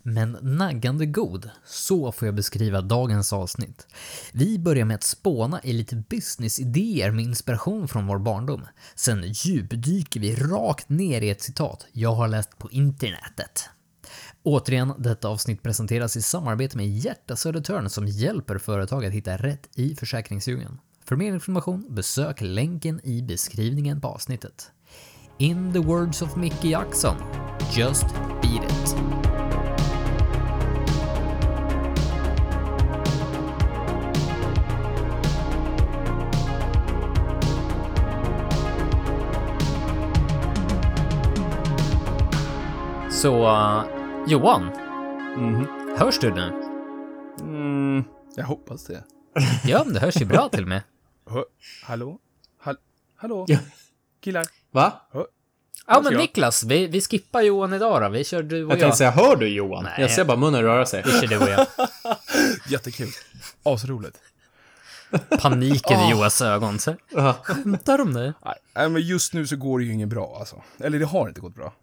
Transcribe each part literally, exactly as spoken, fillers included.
men naggande god. Så får jag beskriva dagens avsnitt. Vi börjar med att spåna i lite businessidéer med inspiration från vår barndom. Sen djupdyker vi rakt ner i ett citat jag har läst på internetet. Återigen, detta avsnitt presenteras i samarbete med Hjärta Södertörn som hjälper företag att hitta rätt i försäkringsdjungeln. För mer information besök länken i beskrivningen på avsnittet. In the words of Mickey Jackson, just beat it. Så, uh, Johan, Mm. hörs du nu? Mm, jag hoppas det. Ja, men det hörs ju bra till med. Hö, hallå? Hall, hallå? Ja. Killar? Va? Hö, Ja, men jag? Niklas, vi, vi skippar Johan idag då. Vi kör du och Jag jag. tänkte säga, hör du Johan? Nej. Jag ser bara munnen röra sig. Vi kör du och jag. Jättekul. Asroligt. Paniken i Johans ögon. Så. Ja. Skämtar de det? Nej, men just nu så går det ju inget bra alltså. Eller det har inte gått bra.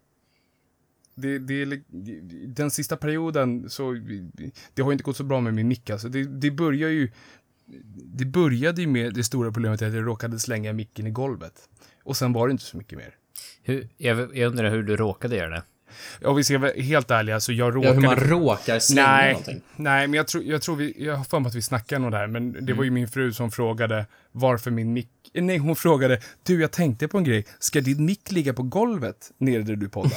Det, det, det, den sista perioden så det har inte gått så bra med min mick alltså. Det, det börjar ju det började ju med det stora problemet att jag råkade slänga micken i golvet. Och sen var det inte så mycket mer. Hur, jag, jag undrar hur du råkade göra det. Ja, vi ska vara helt ärliga så jag Ja, råkade... hur man råkar slänga nej, någonting. nej, men jag tror, jag tror vi... Jag har för mig att vi snackade om det här, men det Mm. var ju min fru som frågade varför min mick... Nej, hon frågade, du, jag tänkte på en grej. Ska din mick ligga på golvet nere där du poddar?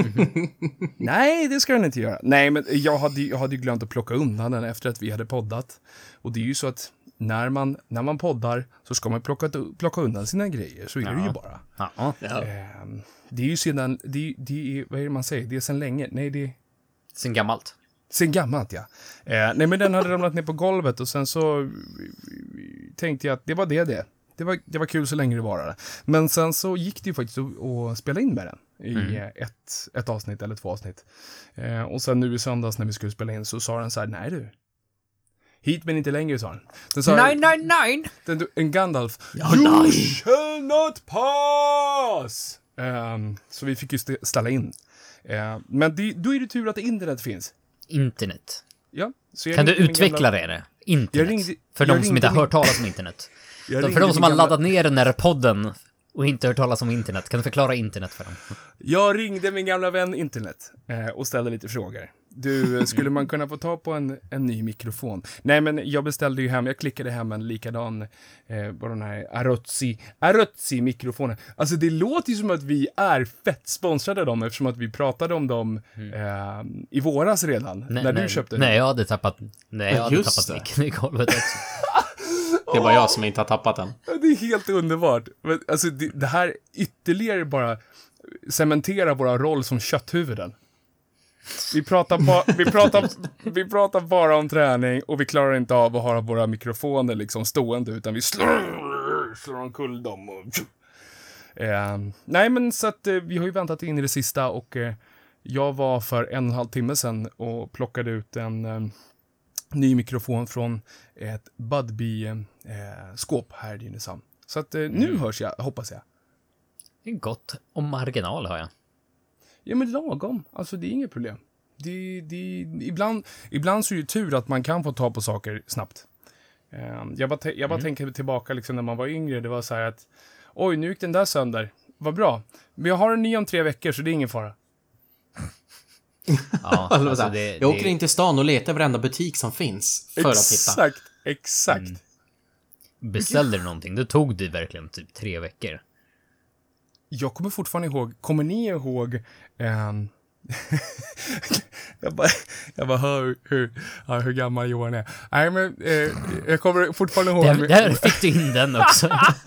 Nej, det ska den inte göra. Nej, men jag hade, jag hade ju glömt att plocka undan den efter att vi hade poddat. Och det är ju så att när man, när man poddar så ska man plocka, plocka undan sina grejer. Så är Ja. det ju bara. Ja. Ja. Ehm, det är ju sedan... Det, det är, vad är det man säger? Det är sedan länge. Nej, det är... Sen gammalt. Sen gammalt, ja. Eh, nej, men den hade ramlat ner på golvet och sen så tänkte jag att det var det det. Det var, det var kul så länge det varade. Men sen så gick det ju faktiskt att, att spela in med den i Mm. eh, ett, ett avsnitt eller två avsnitt. Eh, och sen nu i söndags när vi skulle spela in så sa den så här, nej du. Hit men inte längre, sa den. Den sa, Nej, nej, nej! den, en Gandalf. Ja, You nej. shall not pass! Um, så vi fick ju st- ställa in. Uh, men det, då är det tur att internet finns. Internet. Ja, så jag Kan du ringde min utveckla gamla- det? det? Internet. Jag ringde- för jag de som ringde inte har min- hört talas om internet. Jag För ringde de min som har gamla- laddat ner den här podden och inte hört talas om internet. Kan du förklara internet för dem? Jag ringde min gamla vän internet eh, och ställde lite frågor. Du, skulle man kunna få ta på en, en ny mikrofon? Nej, men jag beställde ju hem, jag klickade hem en likadan eh, på den här Arotsi, Arotsi-mikrofonen. Alltså det låter ju som att vi är fett sponsrade av dem eftersom att vi pratade om dem eh, i våras redan, Nej, när nej, du köpte Nej, jag hade tappat... Nej, jag Ja, hade just tappat det. micken i golvet också. Det är bara jag som inte har tappat den. Ja, det är helt underbart. Men, alltså, det, det här ytterligare bara cementerar våra roll som kötthuvuden. Vi pratar, ba, vi, pratar, vi pratar bara om träning och vi klarar inte av att ha våra mikrofoner liksom stående utan vi slår, slår omkull dem. Och, eh, nej, men så att eh, vi har ju väntat in i det sista och eh, jag var för en och en halv timme sedan och plockade ut en eh, ny mikrofon från ett Budbee-skåp här i Nynäshamn. Så att eh, nu Mm. hörs jag, hoppas jag. Det är gott om marginal har jag. Ja, men lagom. Alltså, det är inget problem. Det, det, ibland, ibland så är det tur att man kan få ta på saker snabbt. Eh, jag bara, te- jag bara Mm. tänker tillbaka liksom, när man var yngre. Det var så här att, oj, nu gick den där sönder. Vad bra. Men jag har en ny om tre veckor, så det är ingen fara. Ja, Alltså, alltså det, det, jag åker det, in till stan och letar varenda butik som finns för att titta. Exakt, exakt. Mm. Beställde du någonting, då tog det verkligen typ tre veckor. Jag kommer fortfarande ihåg, kommer ni ihåg ehm, jag bara, jag bara hör hur, ja, hur gammal Johan är. Nej, men eh, jag kommer fortfarande ihåg... Där, där fick du in den också.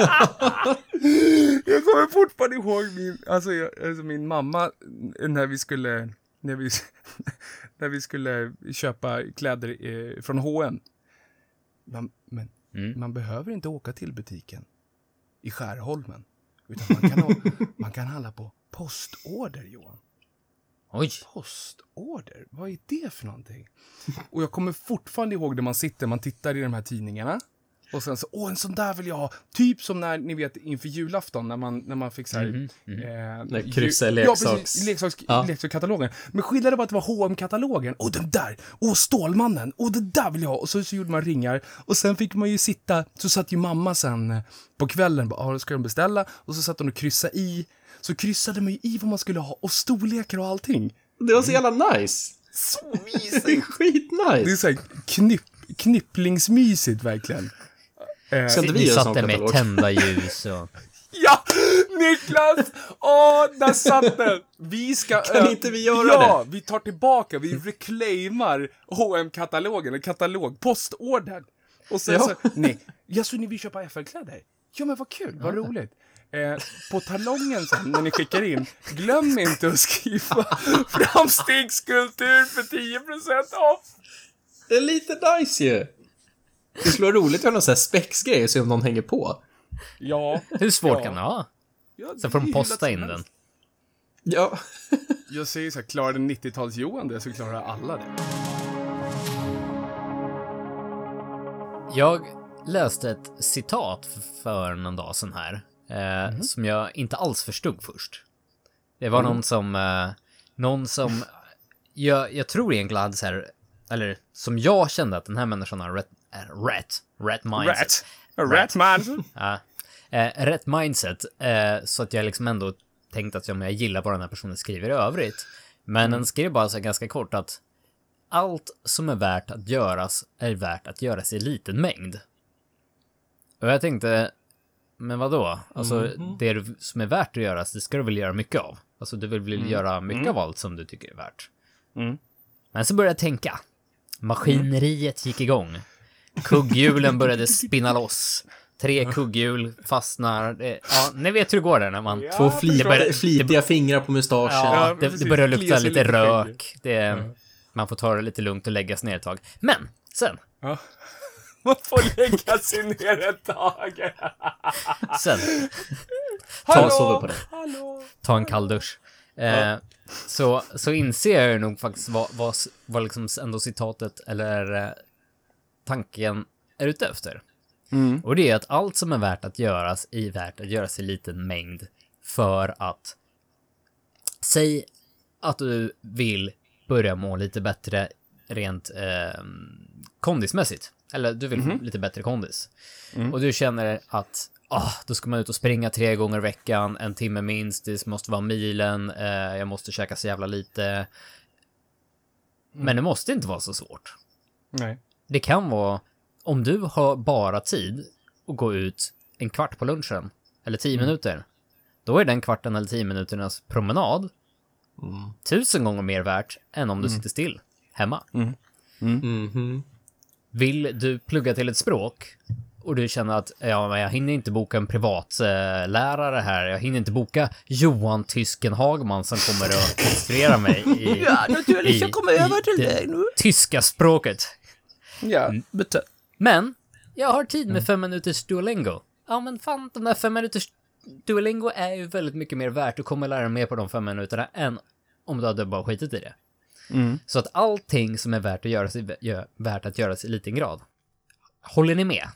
Jag kommer fortfarande ihåg min, alltså, jag, alltså min mamma när vi skulle, när vi, när vi skulle köpa kläder eh, från H och M. Man, men Mm. man behöver inte åka till butiken i Skärholmen. Utan man kan, ha, man kan handla på postorder, Johan. Oj. Postorder? Vad är det för någonting? Och jag kommer fortfarande ihåg när man sitter, man tittar i de här tidningarna. Och sen så, åh, en sån där vill jag ha. Typ som när, ni vet, inför julafton, när man, när man fick så här... Mm, mm. Eh, Nej, kryssa i ju- leksaks- Ja, precis. Leksaks, Ja. leksakskatalogen. Men skillnaden var att det var H och M-katalogen. Åh, den där! Åh, Stålmannen! Åh, den där vill jag ha! Och så, så gjorde man ringar. Och sen fick man ju sitta... Så satt ju mamma sen eh, på kvällen. Bara, ah, ska de beställa? Och så satt hon och kryssa i. Så kryssade man ju i vad man skulle ha. Och storlekar och allting. Det var så jävla nice. Så Det är mysigt! skitnice. Det är så här knipp, knipplingsmysigt, verkligen. Eh, Ska inte vi Vi göra en satt sån där med katalog? tända ljus och... Ja, Niklas! Åh, där satt den! Vi ska... Kan ö- inte vi göra Ja, vi tar tillbaka, vi reclaimar H och M-katalogen, en katalog, postordern. Och sen Ja. så, nej, jag såg ni vill köpa F L-kläder. Ja, men vad kul, vad roligt. Eh, på talongen sen, när ni skickar in, glöm inte att skriva framstegskultur för tio procent off. Det är lite nice ju. Det skulle vara roligt att göra någon sån här spexgrej och se om någon hänger på. Ja. Hur svårt Ja. kan det vara? Ja, Sen får det de är posta hur in lätt som den. helst. Ja. Jag säger så här, klarar den nittio-tals-Johan det så klarar alla det. Jag läste ett citat för någon dag sedan här, eh, Mhm. som jag inte alls förstod först. Det var Mm. någon som, eh, någon som, jag, jag tror egentligen hade så här, eller som jag kände att den här människan har rätt, äh, rätt, rätt mindset. Rat. Rat man. Ja, eh, rätt mindset, eh, så att jag liksom ändå tänkte att ja, men jag gillar vad den här personen skriver i övrigt. Men den skrev bara så här ganska kort att allt som är värt att göras är värt att göras i liten mängd. Och jag tänkte, men vadå? Alltså, det du- som är värt att göras, det ska du väl göra mycket av. Alltså, du vill väl göra mycket av allt som du tycker är värt. Mm. Men så började jag tänka. Maskineriet gick igång. Kugghjulen började spinna loss. Tre kugghjul fastnar. Eh, Ja, ni vet hur det går där när man... Ja. Två jag flitiga, förstår. flitiga fingrar på mustaschen. Ja, Ja, det, precis. det börjar Klia lukta sig lite lite på rök. Det, man får ta det lite lugnt och lägga sig ner ett tag. Men, sen, Ja. Man får lägga sig ner ett tag. sen, Ta och sova på det. Hallå? ta en kall dusch. Eh, så, så inser jag ju nog faktiskt vad, vad, vad liksom ändå citatet eller eh, tanken är ute efter. Mm. Och det är att allt som är värt att göras är värt att göras i liten mängd för att säg att du vill börja må lite bättre rent eh, kondismässigt. Eller du vill Mhm. lite bättre kondis. Mm. Och du känner att ah, då ska man ut och springa tre gånger i veckan, en timme minst, det måste vara milen, eh, jag måste käka så jävla lite. Mm. Men det måste inte vara så svårt. Nej. Det kan vara, om du har bara tid att gå ut en kvart på lunchen, eller tio Mm. minuter, då är den kvarten eller tio minuternas promenad tusen gånger mer värt än om du Mm. sitter still hemma. Mhm. Vill du plugga till ett språk och du känner att ja, men jag hinner inte boka en privat eh, lärare här, jag hinner inte boka Johan Tysken Hagman som kommer att instruera mig i, Ja, naturligtvis. Jag kommer över till det dig nu. tyska språket. Ja, bitte. Men jag har tid Mm. med fem minuters Duolingo. Ja, men fan, de där fem minuters Duolingo är ju väldigt mycket mer värt. Du kommer lära dig mer på de fem minuterna än om du hade bara skitit i det. Mm. Så att allting som är värt att göras i, gö, värt att göras i liten grad. Håller ni med?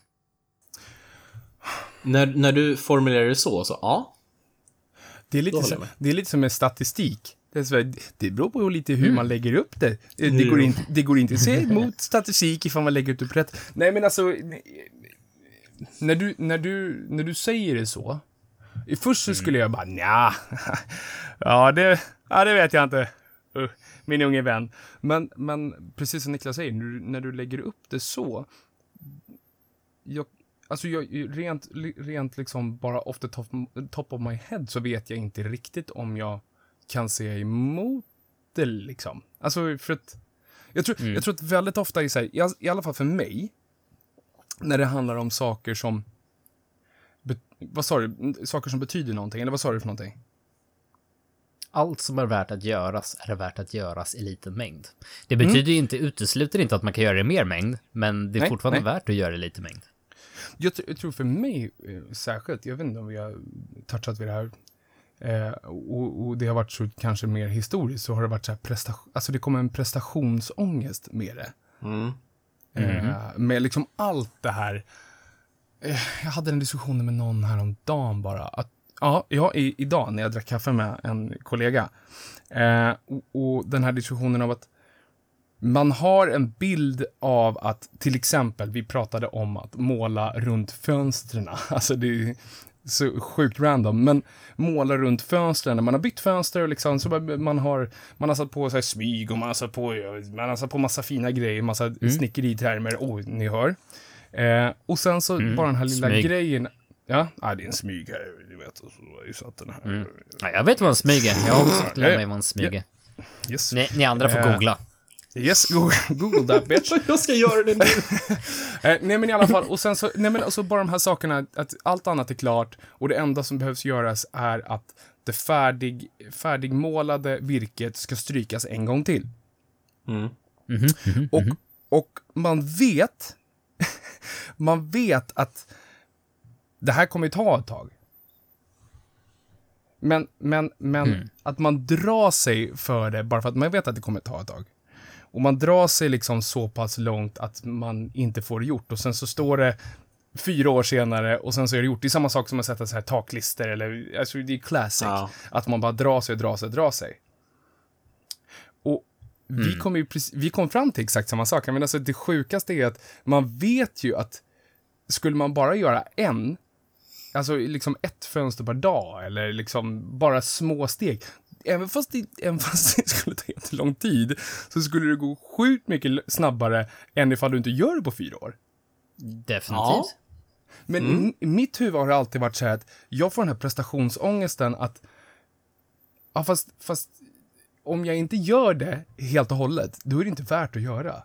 När, när du formulerar det så, så ja. Det är lite, Då håller så, jag med. det är lite som med statistik. Det, är så, här, det beror på lite hur man lägger upp det. Det, det, Jo. går inte, det går inte att se emot statistik ifall man lägger upp det på rätt. Nej, men alltså, när du, när du, när du säger det så, i först så skulle jag bara, nja, ja det, ja, det vet jag inte, uh, min unge vän. Men, men precis som Niklas säger, när du, när du lägger upp det så, jag, alltså jag, rent, rent liksom bara off the top, top of my head så vet jag inte riktigt om jag kan se emot det liksom. Alltså för att, jag tror, Mm. jag tror att väldigt ofta är så här, i, all- i alla fall för mig, när det handlar om saker som, be, vad sa du, saker som betyder någonting, eller vad sa du för någonting? Allt som är värt att göras är värt att göras i liten mängd. Det betyder ju inte, utesluter inte att man kan göra det i mer mängd, men det är Nej, fortfarande nej. värt att göra det i liten mängd. Jag, tr- jag tror för mig eh, särskilt, jag vet inte om vi har touchat vid det här, eh, och, och det har varit så kanske mer historiskt, så har det varit så här prestation, alltså det kommer en prestationsångest med det. Mm. Eh, med liksom allt det här Jag hade en diskussion med någon här om dagen bara. Att, ja, ja i, idag när jag drack kaffe med en kollega. Eh, och, och den här diskussionen av att man har en bild av att, till exempel, vi pratade om att måla runt fönstren. Alltså det är så sjukt random, men måla runt fönstren. När man har bytt fönster och liksom, så man har, man har satt på sig smyg och man har satt på, man har satt på massa fina grejer, massa mm. snickeritermer, oh, ni hör. Eh, och sen så mm. bara den här lilla smyg. Grejen. Ja, ah, det är en smyg här, du vet. Och så är så att den här, mm. ja, jag vet vad en smyg är. Jag har också lärt mig vad en smyg är. Yes. Ni, ni andra får eh. googla. Yes, Google, Google that bitch. Jag ska göra det nu. eh, nej men i alla fall, och sen så, nej men alltså bara de här sakerna, att allt annat är klart och det enda som behövs göras är att det färdig, färdigmålade virket ska strykas en gång till. Mm. Mm-hmm, mm-hmm, och, och man vet, man vet att det här kommer ju ta ett tag. Men, men, men mm. att man drar sig för det bara för att man vet att det kommer ta ett tag. Och man drar sig liksom så pass långt att man inte får det gjort. Och sen så står det fyra år senare och sen så är det gjort. Det är samma sak som att sätta så här taklister. Eller, alltså det är classic. Ja. Att man bara drar sig och drar sig och drar sig. Och mm. vi kom ju vi kom fram till exakt samma sak. Men alltså det sjukaste är att man vet ju att skulle man bara göra en, alltså liksom ett fönster per dag eller liksom bara små steg. Även fast, det, även fast det skulle ta jättelång tid så skulle det gå sjukt mycket snabbare än ifall du inte gör det på fyra år. Definitivt. Ja. Men mm. i mitt huvud har det alltid varit så här att jag får den här prestationsångesten att ja, fast, fast om jag inte gör det helt och hållet, då är det inte värt att göra.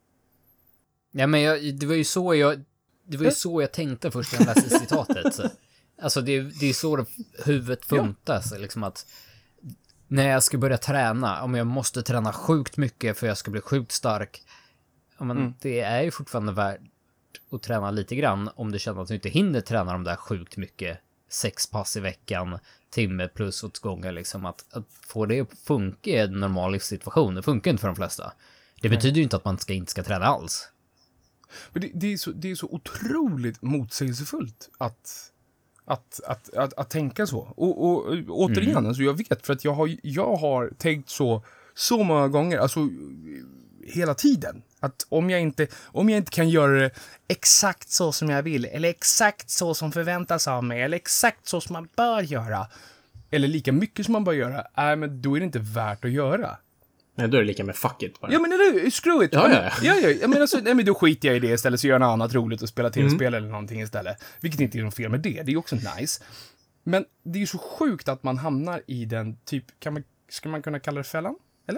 Ja, men jag, det var ju så jag det var ju så jag tänkte först när jag läste citatet. Så. Alltså det, det är så huvudet funtas, ja. Liksom att när jag ska börja träna, om jag måste träna sjukt mycket för jag ska bli sjukt stark, ja, men mm. det är ju fortfarande värt att träna lite grann om du känner att du inte hinner träna de där sjukt mycket, sex pass i veckan, timme plus åt gånger, liksom att, att få det att funka i en normal livssituation, det funkar inte för de flesta. Det Nej. betyder ju inte att man ska, inte ska träna alls. Men det, det, är så, det är så otroligt motsägelsefullt att Att, att, att, att tänka så. Och, och, och återigen, mm. alltså jag vet för att jag har, jag har tänkt så så många gånger, alltså hela tiden. Att om jag inte, om jag inte kan göra det exakt så som jag vill, eller exakt så som förväntas av mig, eller exakt så som man bör göra, eller lika mycket som man bör göra, äh, men då är det inte värt att göra. Nej, då är det lika med fuck it bara. Ja, men eller screw it. Ja, ja, ja. ja, ja men alltså, nej, men då skiter jag i det istället, så gör jag något annat roligt och spela tv-spel mm. eller någonting istället. Vilket inte är något fel med det, det är ju också nice. Men det är ju så sjukt att man hamnar i den typ, kan man, ska man kunna kalla det fällan? Eller?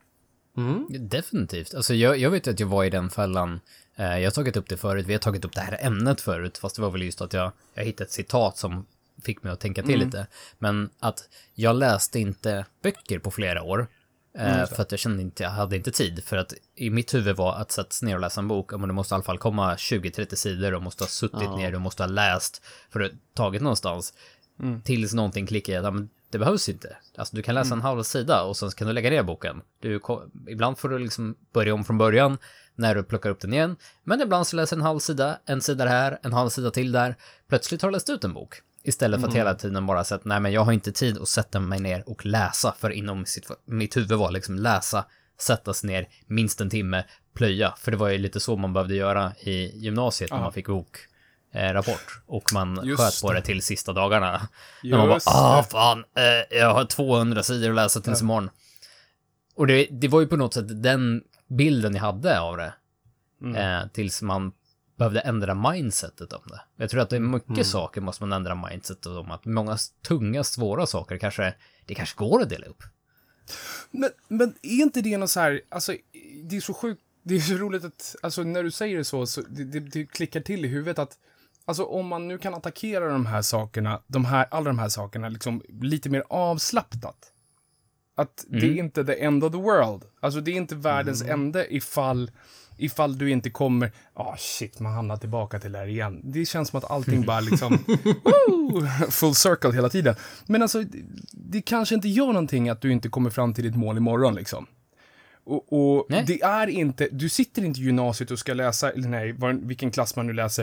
Mm. Definitivt. Alltså jag, jag vet att jag var i den fällan. Eh, jag har tagit upp det förut, vi har tagit upp det här ämnet förut, fast det var väl just att jag, jag hittade ett citat som fick mig att tänka till mm. lite. Men att jag läste inte böcker på flera år. Mm, för att jag kände inte, jag hade inte tid. För att i mitt huvud var att sätta ner och läsa en bok, men du måste i alla fall komma tjugo trettio sidor och måste ha suttit ja. ner, du måste ha läst för att tagit någonstans. Mm. Tills någonting klickar, ja, men det behövs inte. Alltså du kan läsa mm. en halv sida och sen kan du lägga ner boken. Du, ibland får du liksom börja om från början när du plockar upp den igen. Men ibland så läser en halv sida, en sida här, en halv sida till där. Plötsligt har du läst ut en bok. Istället för att mm. hela tiden bara säga att nej, men jag har inte tid att sätta mig ner och läsa, för inom sitt, mitt huvud var liksom läsa, sätta sig ner minst en timme, plöja. För det var ju lite så man behövde göra i gymnasiet när ja. man fick bok eh, rapport och man Just sköt på det. det till sista dagarna. När man bara, ah fan, eh, jag har tvåhundra sidor att läsa tills ja. imorgon. Och det, det var ju på något sätt den bilden jag hade av det. Mm. Eh, tills man behövde ändra mindsetet om det. Jag tror att det är mycket mm. saker måste man ändra mindsetet om. Att många tunga, svåra saker kanske, det kanske går att dela upp. Men, men är inte det något så här, alltså det är så sjukt, det är så roligt att, alltså när du säger det så, så det, det, det klickar till i huvudet att, alltså om man nu kan attackera de här sakerna, de här, alla de här sakerna liksom lite mer avslappnat. Att mm. det är inte the end of the world. Alltså det är inte världens mm. ände ifall ifall du inte kommer, ah oh shit, man hamnar tillbaka till det här igen. Det känns som att allting bara liksom woo, full circle hela tiden. Men alltså, det, det kanske inte gör någonting att du inte kommer fram till ditt mål imorgon liksom. Och, och det är inte, du sitter inte i gymnasiet och ska läsa, eller nej, var, vilken klass man nu läser,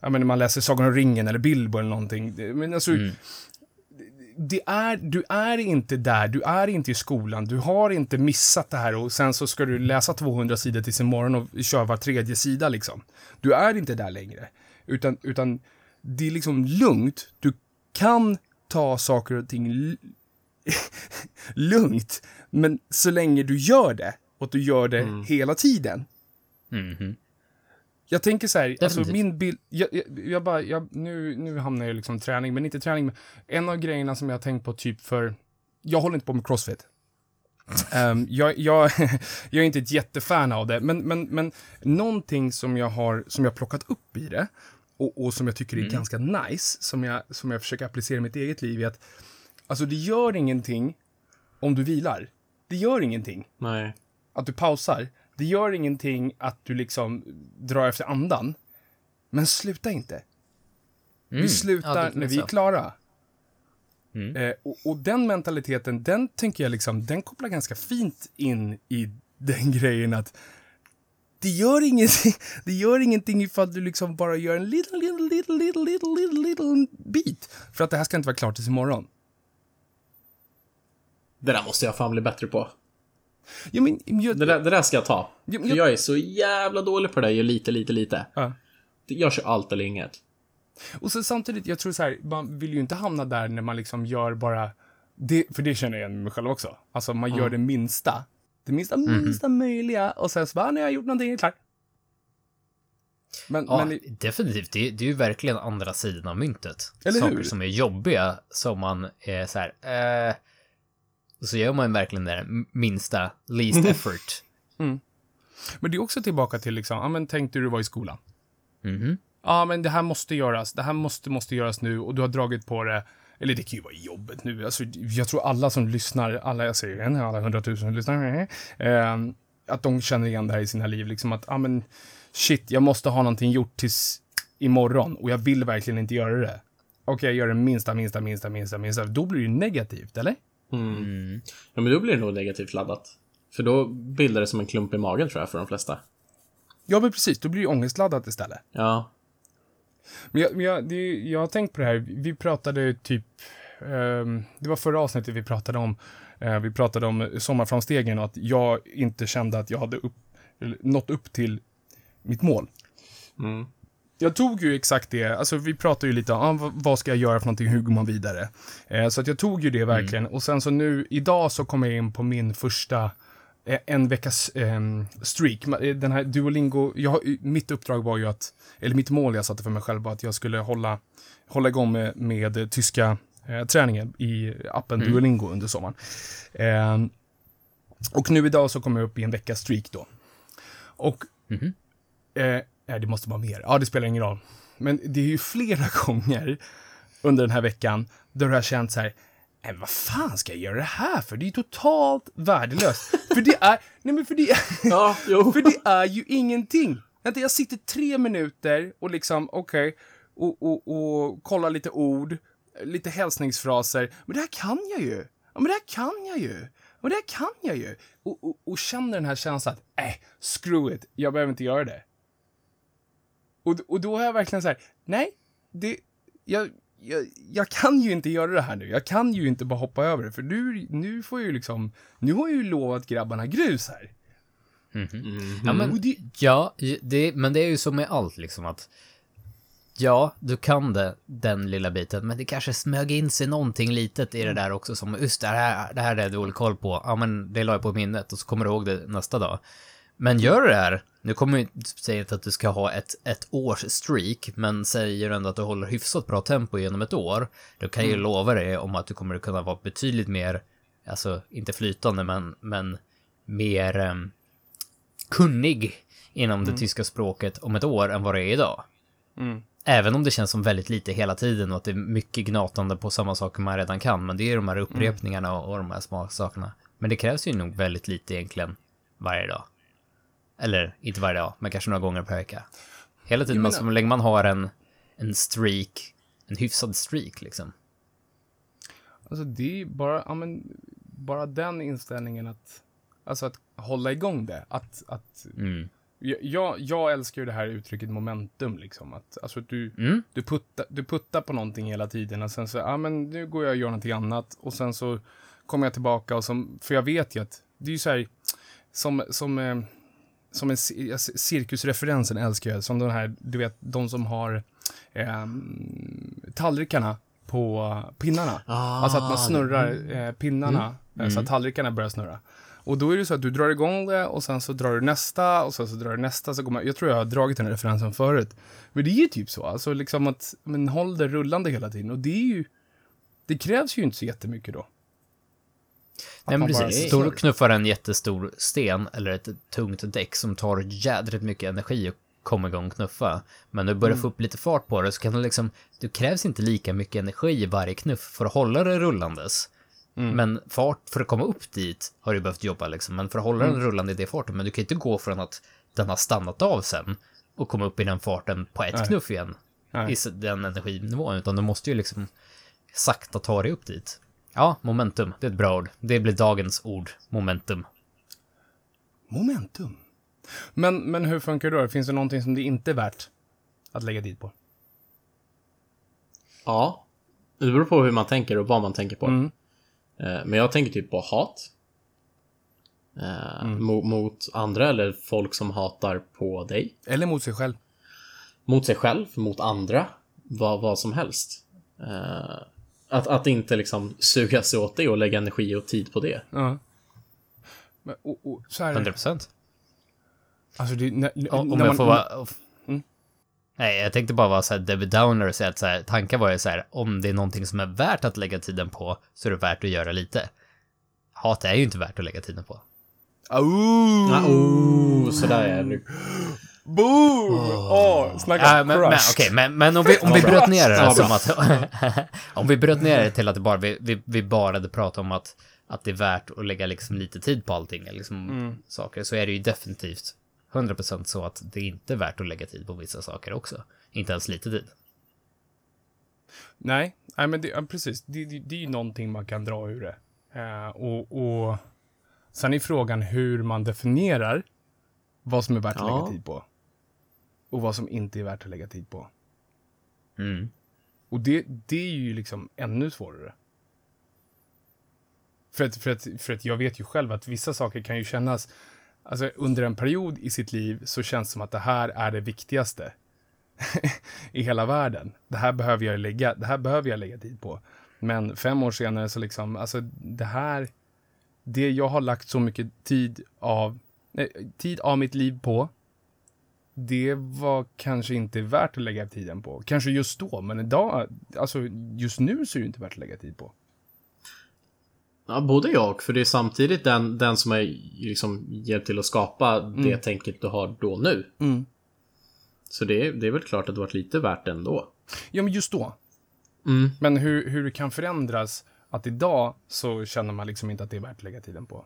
ja, men man läser Sagan om ringen eller Bilbo eller någonting. Men alltså, mm. det är, du är inte där, du är inte i skolan, du har inte missat det här och sen så ska du läsa tvåhundra sidor tills imorgon och köra var tredje sida liksom. Du är inte där längre. Utan, utan det är liksom lugnt. Du kan ta saker och ting l- lugnt, men så länge du gör det och du gör det mm. hela tiden. Mm-hmm. Jag tänker så här, alltså min bild, jag, jag, jag bara, jag, nu, nu hamnar jag liksom träning, men inte träning, men en av grejerna som jag har tänkt på typ för, jag håller inte på med CrossFit. Um, jag, jag, jag är inte ett jättefan av det, men, men, men någonting som jag har, som jag har plockat upp i det, och, och som jag tycker är mm. ganska nice, som jag, som jag försöker applicera i mitt eget liv, är att, alltså det gör ingenting om du vilar. Det gör ingenting. Nej. Att du pausar. Det gör ingenting att du liksom drar efter andan. Men sluta inte. Mm. Vi slutar ja, när vi är klara. Mm. Eh, och, och den mentaliteten, den tänker jag liksom, den kopplar ganska fint in i den grejen att det gör ingenting, det gör ingenting ifall du liksom bara gör en liten, liten, liten, liten, liten, liten, liten bit. För att det här ska inte vara klart tills imorgon. Det där måste jag fan bli bättre på. Ja, men, jag, det, där, det där ska jag ta. Jag, jag, jag är så jävla dålig på det. Jag gör lite, lite, lite. Ja. Jag kör allt eller inget. Och så samtidigt, jag tror så här, man vill ju inte hamna där när man liksom gör bara det, för det känner jag igen mig själv också. Alltså man mm. gör det minsta. Det minsta, mm. minsta möjliga. Och sen så bara, när jag har gjort någonting, är det klart. Men, ja, men, definitivt. Det, det är ju verkligen andra sidan av myntet. Eller Saker hur? som är jobbiga, som man är så här... Eh, så gör man verkligen det minsta, least effort. Mm. Men det är också tillbaka till liksom, ja men tänkte du var i skolan. Mm-hmm. Ja men det här måste göras, det här måste, måste göras nu och du har dragit på det, eller det kan ju vara i jobbet nu. Alltså, jag tror alla som lyssnar, alla jag säger igen, alla hundratusen som lyssnar, eh, att de känner igen det här i sina liv. Liksom att, ja men shit, jag måste ha någonting gjort tills imorgon och jag vill verkligen inte göra det. Okej, okay, jag gör det minsta, minsta, minsta, minsta, minsta. Då blir det ju negativt, eller? Mm. Mm. Ja, men då blir det nog negativt laddat. För då bildar det som en klump i magen, tror jag, för de flesta. Ja, men precis. Då blir det ångestladdat istället. Ja. Men jag, men jag, det, jag har tänkt på det här. Vi pratade typ... Um, det var förra avsnittet vi pratade om. Uh, vi pratade om sommarframstegen och att jag inte kände att jag hade upp, nått upp till mitt mål. Mm. Jag tog ju exakt det, alltså vi pratade ju lite om ah, vad ska jag göra för någonting, hur går man vidare. Eh, så att jag tog ju det verkligen. Mm. Och sen så nu, idag så kom jag in på min första eh, en veckas eh, streak. Den här Duolingo, jag, mitt uppdrag var ju att, eller mitt mål jag satte för mig själv var att jag skulle hålla, hålla igång med, med tyska eh, träningen i appen mm. Duolingo under sommaren. Eh, och nu idag så kom jag upp i en veckas streak då. Och mm. eh, Nej, det måste vara mer. Ja, det spelar ingen roll. Men det är ju flera gånger under den här veckan då du har känt så här, nej, vad fan ska jag göra det här för? Det är ju totalt värdelöst. för det är, nej men för det, ja, jo. för det är ju ingenting. Jag sitter tre minuter och liksom, okej, okay, och, och, och kollar lite ord, lite hälsningsfraser. Men det här kan jag ju. Ja, men det här kan jag ju. Och det här kan jag ju. Och, och, och känner den här känslan att, äh, screw it, jag behöver inte göra det. Och, och då har jag verkligen så här, nej, det, jag, jag, jag kan ju inte göra det här nu. Jag kan ju inte bara hoppa över det. För nu, nu får jag ju liksom, nu har jag ju lovat grabbarna grus här. Mm-hmm. Mm-hmm. Ja, men, det, ja det, men det är ju som med allt liksom att, ja, du kan det, den lilla biten, men det kanske smög in sig någonting litet i det där också som, just det här, det här är det du håller koll på. Ja, men det la jag på minnet och så kommer du ihåg det nästa dag. Men gör det här. Nu kommer jag inte säga att du ska ha ett, ett års streak, men säger ändå att du håller hyfsat bra tempo genom ett år. Då kan jag ju mm. lova dig om att du kommer kunna vara betydligt mer, alltså inte flytande, men, men mer um, kunnig inom mm. det tyska språket om ett år än vad det är idag. Mm. Även om det känns som väldigt lite hela tiden och att det är mycket gnatande på samma saker man redan kan. Men det är de här upprepningarna mm. och, och de här små sakerna. Men det krävs ju nog väldigt lite egentligen varje dag. Eller inte varje dag, men kanske några gånger per vecka. Hela tiden, så länge man har en, en streak, en hyfsad streak liksom. Alltså det är bara, ja, men, bara den inställningen att, alltså att hålla igång det. Att, att mm. Jag, jag älskar ju det här uttrycket momentum liksom. Att, alltså att du, Mm. du, puttar, du puttar på någonting hela tiden och sen så, ja ah, men nu går jag och gör någonting annat och sen så kommer jag tillbaka och som, för jag vet ju att det är ju så här som, som, eh, som en cirkusreferensen älskar jag, som den här, du vet, de som har eh, tallrikarna på pinnarna. Ah, alltså att man snurrar eh, pinnarna mm. så att tallrikarna börjar snurra. Och då är det så att du drar igång det och sen så drar du nästa och sen så drar du nästa. Så går man, jag tror jag har dragit den här referensen förut. Men det är ju typ så. Alltså liksom att man håller det rullande hela tiden. Och det är ju, det krävs ju inte så jättemycket då. Nej, men precis. Står och knuffar en jättestor sten eller ett tungt däck som tar jädrigt mycket energi och kommer igång och knuffa. Men när du börjar mm. få upp lite fart på det så kan du liksom, det krävs inte lika mycket energi i varje knuff för att hålla det rullandes. Mm. Men fart för att komma upp dit har du behövt jobba liksom. Men för att hålla mm. den rullande i det farten. Men du kan inte gå från att den har stannat av sen och komma upp i den farten på ett Nej. knuff igen. Nej. I den energinivån. Utan du måste ju liksom sakta ta dig upp dit. Ja, momentum. Det är ett bra ord. Det blir dagens ord. Momentum. Momentum. Men, men hur funkar det då? Finns det någonting som det inte är värt att lägga dit på? Ja. Det beror på hur man tänker och vad man tänker på. Mm. Men jag tänker typ på hat. Mm. Mot, mot andra eller folk som hatar på dig. Eller mot sig själv. Mot sig själv, mot andra. Vad, vad som helst. Att, att inte liksom suga sig åt det och lägga energi och tid på det. Ja. Men, och, och, så här... hundra procent. Alltså det, när, om när jag man, får vara... Mm. Nej, jag tänkte bara vara så här Debbie Downer och säga att så här, tankar var ju så här, om det är någonting som är värt att lägga tiden på så är det värt att göra lite. Hat är ju inte värt att lägga tiden på. Oh, ah, oh sådär är det. Boom! Åh, oh, snacka äh, men, men, okay, men, men om vi, om vi bröt ner det som att... om vi bröt ner det till att det bara, vi, vi, vi bara hade pratat om att, att det är värt att lägga liksom lite tid på allting, liksom mm. saker, så är det ju definitivt hundra procent så att det är inte är värt att lägga tid på vissa saker också. Inte ens lite tid. Nej, nej men det, precis. Det, det, det är ju någonting man kan dra ur det. Uh, och, och sen är frågan hur man definierar vad som är värt ja. att lägga tid på. Och vad som inte är värt att lägga tid på. Mm. Och det, det är ju liksom ännu svårare. För att, för, att, för att jag vet ju själv att vissa saker kan ju kännas... Alltså under en period i sitt liv så känns det som att det här är det viktigaste i hela världen. Det här behöver jag lägga, det här behöver jag lägga tid på. Men fem år senare så liksom, alltså det här, det jag har lagt så mycket tid av, nej, tid av mitt liv på, det var kanske inte värt att lägga tiden på. Kanske just då, men idag, alltså just nu så är det inte värt att lägga tid på. Ja, både jag, för det är samtidigt den, den som är liksom hjälpt till att skapa mm. det tänket du har då nu. Mm. Så det, det är väl klart att det varit lite värt ändå. Ja, men just då. Mm. Men hur, hur det kan förändras att idag så känner man liksom inte att det är värt att lägga tiden på.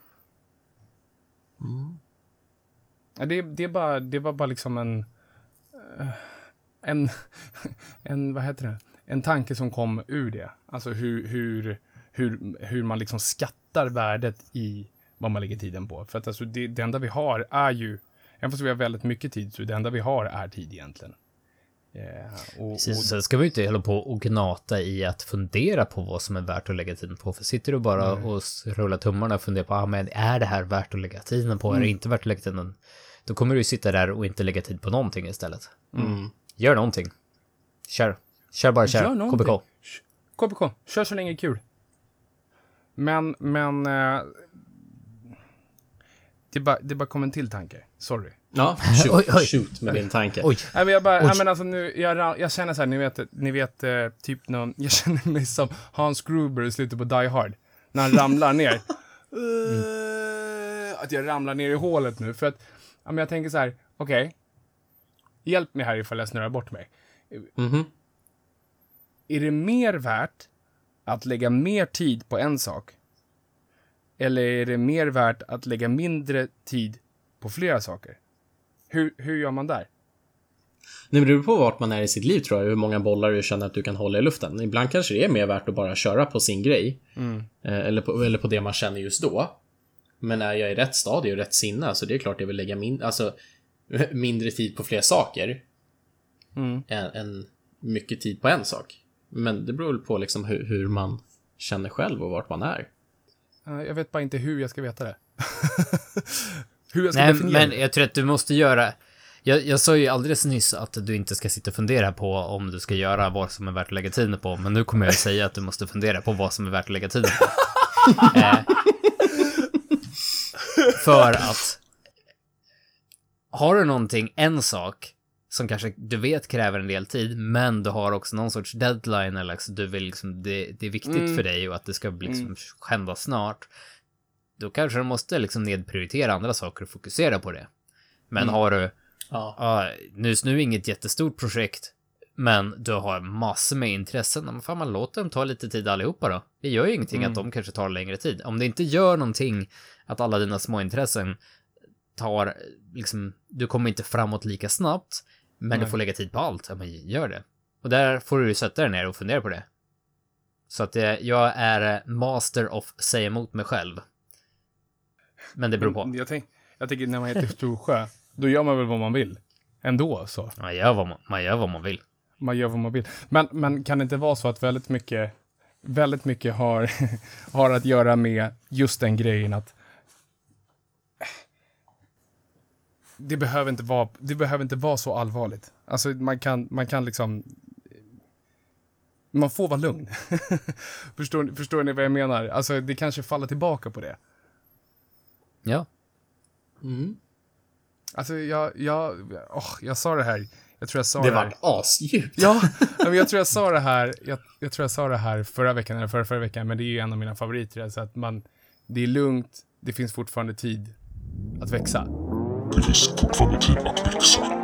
Mm. Ja, det, det, är bara, det var bara liksom en... En, en... Vad heter det? En tanke som kom ur det. Alltså hur... hur Hur, hur man liksom skattar värdet i vad man lägger tiden på. För att alltså det, det enda vi har är ju, även fast vi har väldigt mycket tid, så det enda vi har är tid egentligen. Yeah, och, Precis, och, sen ska vi inte hålla på och gnata i att fundera på vad som är värt att lägga tiden på. För sitter du bara mm. och rullar tummarna och funderar på, ah, men är det här värt att lägga tiden på? Mm. Är det inte värt att lägga tiden? Då kommer du ju sitta där och inte lägga tid på någonting istället. Mm. Gör någonting. Kör. Kör bara, kör. K B K. K B K. Kör så länge kul. Men, men... Eh, det, bara, det bara kom en till tanke. Sorry. Ja, shoot, oj, oj. shoot med din tanke. Oj. Nej, men jag bara... Nej, men alltså nu... Jag, jag känner så här, ni vet, ni vet eh, typ någon... Jag känner mig som Hans Gruber i slutet på Die Hard. När han ramlar ner. mm. Att jag ramlar ner i hålet nu. För att... Ja, men jag tänker så här, okej. Okay, hjälp mig här ifall jag snurrar bort mig. Mhm. Är det mer värt att lägga mer tid på en sak? Eller är det mer värt att lägga mindre tid på flera saker? Hur, hur gör man där? Det beror på vart man är i sitt liv, tror jag. Hur många bollar du känner att du kan hålla i luften. Ibland kanske det är mer värt att bara köra på sin grej. Mm. Eller, på, eller på det man känner just då. Men är jag i rätt stadie och rätt sinne, så det är klart jag vill lägga min... Alltså, mindre tid på fler saker Mm. än, än mycket tid på en sak. Men det beror på liksom hur, hur man känner själv och vart man är. Uh, jag vet bara inte hur jag ska veta det. Hur jag ska Nej, definiera men det. jag tror att du måste göra... Jag, jag sa ju alldeles nyss att du inte ska sitta och fundera på om du ska göra vad som är värt att lägga tiden på, men nu kommer jag att säga att du måste fundera på vad som är värt att lägga tiden på. eh, för att har du någonting, en sak som kanske du vet kräver en del tid, men du har också någon sorts deadline eller liksom, du vill liksom, det, det är viktigt Mm. för dig och att det ska liksom Mm. hända snart, då kanske du måste liksom nedprioritera andra saker och fokusera på det. Men Mm. har du Ja. ja, nu, nu inget jättestort projekt, men du har massor med intressen, men fan, man låter dem ta lite tid allihopa då. Det gör ju ingenting Mm. att de kanske tar längre tid. Om det inte gör någonting att alla dina små intressen tar, liksom, du kommer inte framåt lika snabbt, men Nej. du får lägga tid på allt, ja, men gör det. Och där får du ju sätta dig ner och fundera på det. Så att det, jag är master of säga emot mig själv. Men det beror på. Men Jag, tänk, jag tänker när man heter Storsjö, då gör man väl vad man vill. Ändå så. Man gör vad man, man, gör vad man vill. Man gör vad man vill. Men, men kan det inte vara så att väldigt mycket, väldigt mycket har, har att göra med just den grejen att det behöver inte vara, det behöver inte vara så allvarligt. Alltså man kan, man kan liksom, man får vara lugn. förstår, förstår ni vad jag menar? Alltså det kanske faller tillbaka på det. Ja. Mm. Alltså jag, jag, åh, jag sa det här, jag tror jag sa Det det här. var asdjupt. Ja, men jag tror jag sa det här, jag, jag tror jag sa det här förra veckan eller förra, förra veckan, men det är ju en av mina favoriter, så att man, det är lugnt, det finns fortfarande tid att växa. Det finns fortfarande tid att växa.